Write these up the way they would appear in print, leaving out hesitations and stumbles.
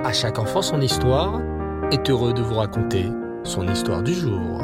À chaque enfant son histoire est heureux de vous raconter son histoire du jour.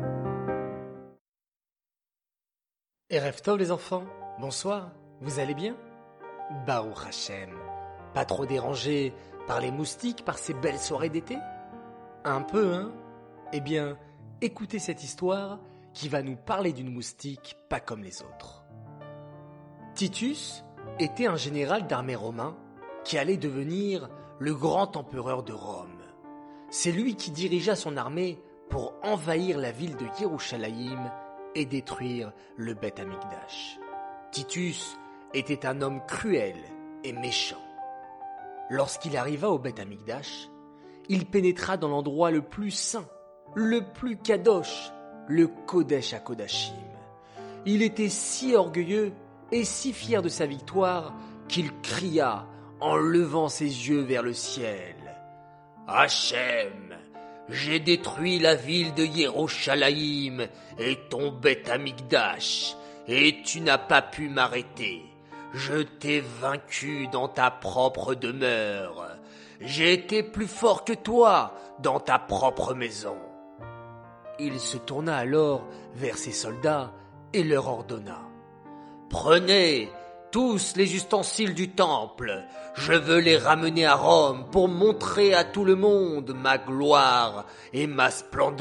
Erev Tov les enfants, bonsoir, vous allez bien? Baruch Hashem, pas trop dérangé par les moustiques, par ces belles soirées d'été? Un peu, hein? Eh bien, écoutez cette histoire qui va nous parler d'une moustique pas comme les autres. Titus était un général d'armée romain qui allait devenir le grand empereur de Rome. C'est lui qui dirigea son armée pour envahir la ville de Yerushalayim et détruire le Beth Amikdash. Titus était un homme cruel et méchant. Lorsqu'il arriva au Beth Amikdash, il pénétra dans l'endroit le plus saint, le plus kadosh, le Kodesh HaKodashim. Il était si orgueilleux et si fier de sa victoire qu'il cria en levant ses yeux vers le ciel. « Hachem, j'ai détruit la ville de Yerushalayim et ton Beth Amikdash, et tu n'as pas pu m'arrêter. Je t'ai vaincu dans ta propre demeure. J'ai été plus fort que toi dans ta propre maison. » Il se tourna alors vers ses soldats et leur ordonna. « Prenez tous les ustensiles du temple, je veux les ramener à Rome pour montrer à tout le monde ma gloire et ma splendeur. »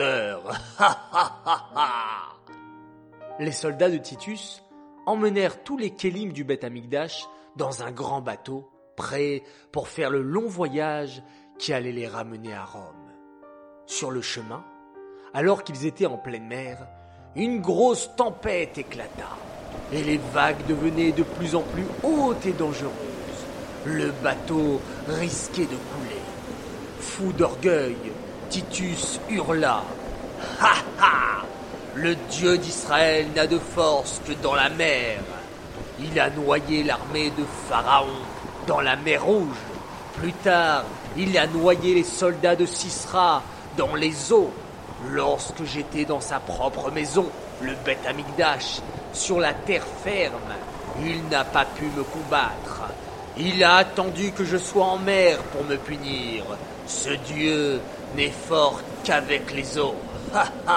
Les soldats de Titus emmenèrent tous les kélim du Beth Amikdash dans un grand bateau, prêt pour faire le long voyage qui allait les ramener à Rome. Sur le chemin, alors qu'ils étaient en pleine mer, une grosse tempête éclata et les vagues devenaient de plus en plus hautes et dangereuses. Le bateau risquait de couler. Fou d'orgueil, Titus hurla. « Ha ha ! Le Dieu d'Israël n'a de force que dans la mer. Il a noyé l'armée de Pharaon dans la mer Rouge. Plus tard, il a noyé les soldats de Sisra dans les eaux. Lorsque j'étais dans sa propre maison, le Beth Amikdash, sur la terre ferme, il n'a pas pu me combattre. Il a attendu que je sois en mer pour me punir. Ce Dieu n'est fort qu'avec les eaux. Ha ha !»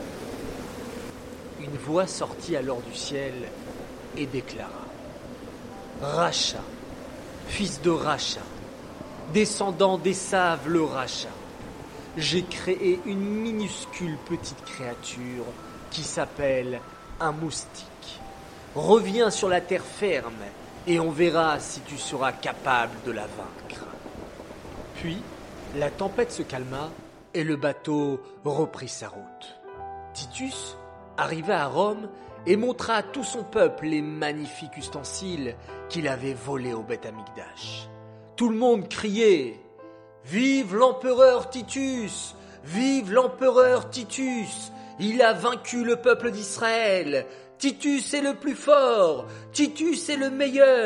Une voix sortit alors du ciel et déclara. « Racha, fils de Racha, descendant d'Esav le Racha, j'ai créé une minuscule petite créature qui s'appelle un moustique. Reviens sur la terre ferme et on verra si tu seras capable de la vaincre. » Puis, la tempête se calma et le bateau reprit sa route. Titus arriva à Rome et montra à tout son peuple les magnifiques ustensiles qu'il avait volés au Beth Amikdash. Tout le monde criait « Vive l'empereur Titus! Vive l'empereur Titus! Il a vaincu le peuple d'Israël! Titus est le plus fort! Titus est le meilleur !»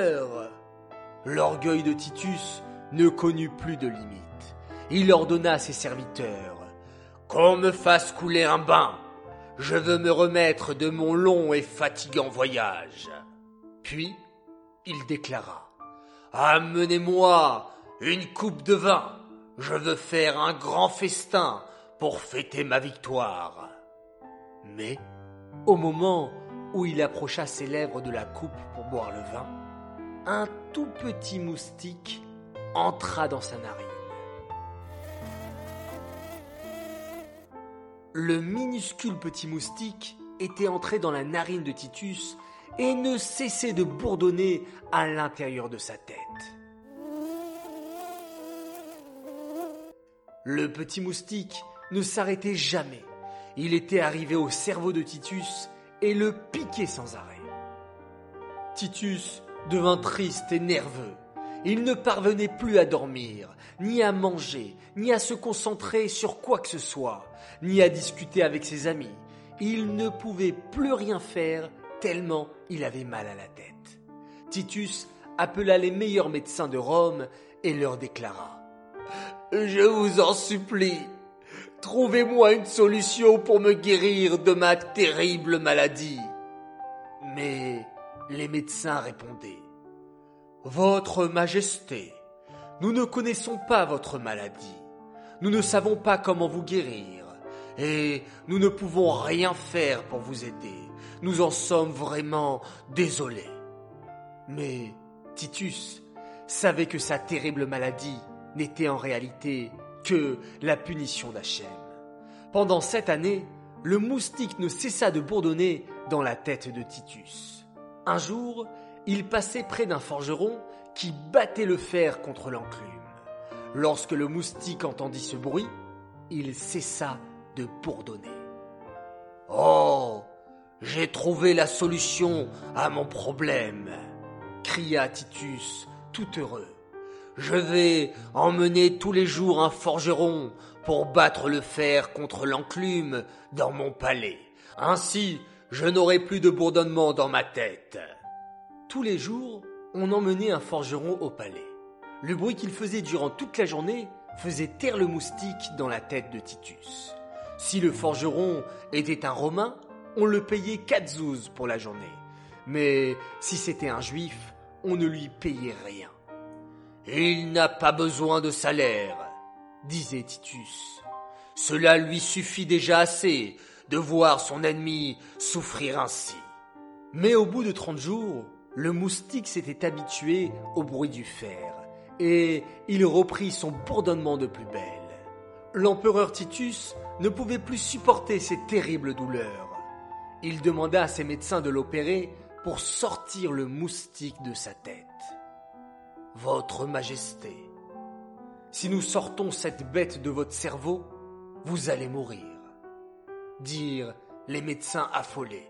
L'orgueil de Titus ne connut plus de limite. Il ordonna à ses serviteurs « Qu'on me fasse couler un bain! Je veux me remettre de mon long et fatigant voyage. » Puis, il déclara « Amenez-moi une coupe de vin. Je veux faire un grand festin pour fêter ma victoire. » Mais, au moment où il approcha ses lèvres de la coupe pour boire le vin, un tout petit moustique entra dans sa narine. Le minuscule petit moustique était entré dans la narine de Titus et ne cessait de bourdonner à l'intérieur de sa tête. Le petit moustique ne s'arrêtait jamais. Il était arrivé au cerveau de Titus et le piquait sans arrêt. Titus devint triste et nerveux. Il ne parvenait plus à dormir, ni à manger, ni à se concentrer sur quoi que ce soit, ni à discuter avec ses amis. Il ne pouvait plus rien faire tellement il avait mal à la tête. Titus appela les meilleurs médecins de Rome et leur déclara « Je vous en supplie, trouvez-moi une solution pour me guérir de ma terrible maladie. » Mais les médecins répondaient « Votre Majesté, nous ne connaissons pas votre maladie. Nous ne savons pas comment vous guérir. Et nous ne pouvons rien faire pour vous aider. Nous en sommes vraiment désolés. » Mais Titus savait que sa terrible maladie n'était en réalité que la punition d'Hachem. Pendant 7 années, le moustique ne cessa de bourdonner dans la tête de Titus. Un jour, il passait près d'un forgeron qui battait le fer contre l'enclume. Lorsque le moustique entendit ce bruit, il cessa de bourdonner. « Oh, j'ai trouvé la solution à mon problème !» cria Titus, tout heureux. « Je vais emmener tous les jours un forgeron pour battre le fer contre l'enclume dans mon palais. Ainsi, je n'aurai plus de bourdonnement dans ma tête. » Tous les jours, on emmenait un forgeron au palais. Le bruit qu'il faisait durant toute la journée faisait taire le moustique dans la tête de Titus. Si le forgeron était un Romain, on le payait 4 zouz pour la journée. Mais si c'était un Juif, on ne lui payait rien. « Il n'a pas besoin de salaire, » disait Titus. « Cela lui suffit déjà assez de voir son ennemi souffrir ainsi. » Mais au bout de 30 jours, le moustique s'était habitué au bruit du fer et il reprit son bourdonnement de plus belle. L'empereur Titus ne pouvait plus supporter ces terribles douleurs. Il demanda à ses médecins de l'opérer pour sortir le moustique de sa tête. « Votre Majesté, si nous sortons cette bête de votre cerveau, vous allez mourir, » dirent les médecins affolés.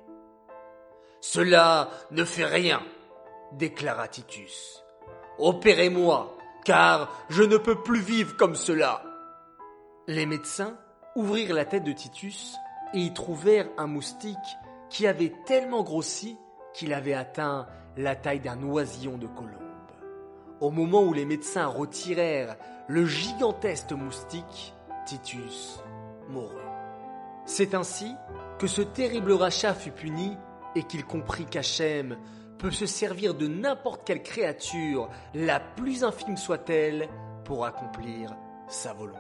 « Cela ne fait rien, » déclara Titus. « Opérez-moi, car je ne peux plus vivre comme cela. » Les médecins ouvrirent la tête de Titus et y trouvèrent un moustique qui avait tellement grossi qu'il avait atteint la taille d'un oisillon de colombe. Au moment où les médecins retirèrent le gigantesque moustique, Titus mourut. C'est ainsi que ce terrible rachat fut puni et qu'il comprit qu'Hachem peut se servir de n'importe quelle créature, la plus infime soit-elle, pour accomplir sa volonté.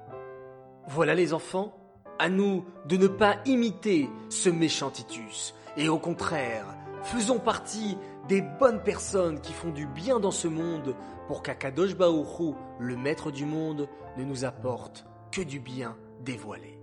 Voilà les enfants, à nous de ne pas imiter ce méchant Titus, et au contraire, faisons partie des bonnes personnes qui font du bien dans ce monde pour qu'Akadosh Baruch Hu, le maître du monde, ne nous apporte que du bien dévoilé.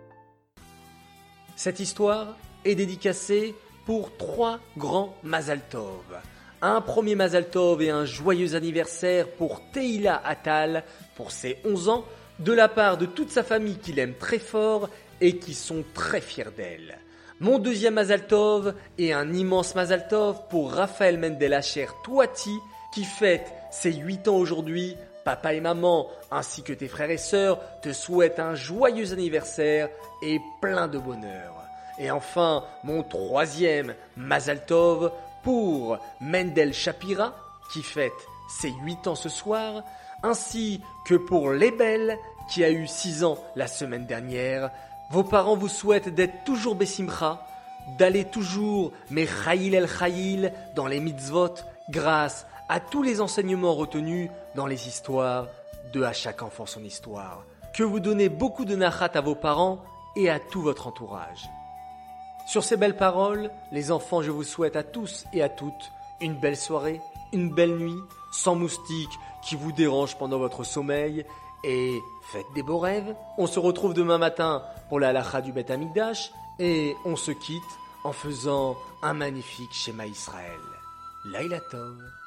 Cette histoire est dédicacée pour 3 grands Mazal Tov. Un premier Mazal Tov et un joyeux anniversaire pour Teila Attal pour ses 11 ans, de la part de toute sa famille qui l'aime très fort et qui sont très fiers d'elle. Mon deuxième Mazal Tov est un immense Mazal Tov pour Raphaël Mendel Asher Touati qui fête ses 8 ans aujourd'hui. Papa et maman, ainsi que tes frères et sœurs, te souhaitent un joyeux anniversaire et plein de bonheur. Et enfin, mon troisième Mazal Tov pour Mendel Shapira qui fête ses 8 ans ce soir, ainsi que pour Lebel qui a eu 6 ans la semaine dernière. Vos parents vous souhaitent d'être toujours Bessimcha, d'aller toujours Mechaïl el Chaïl dans les mitzvot grâce à tous les enseignements retenus dans les histoires de À chaque enfant son histoire. Que vous donnez beaucoup de nachat à vos parents et à tout votre entourage. Sur ces belles paroles, les enfants, je vous souhaite à tous et à toutes une belle soirée, une belle nuit, sans moustiques qui vous dérangent pendant votre sommeil et faites des beaux rêves. On se retrouve demain matin pour la halacha du Beth Amikdash et on se quitte en faisant un magnifique schéma Israël. Laïla Tov.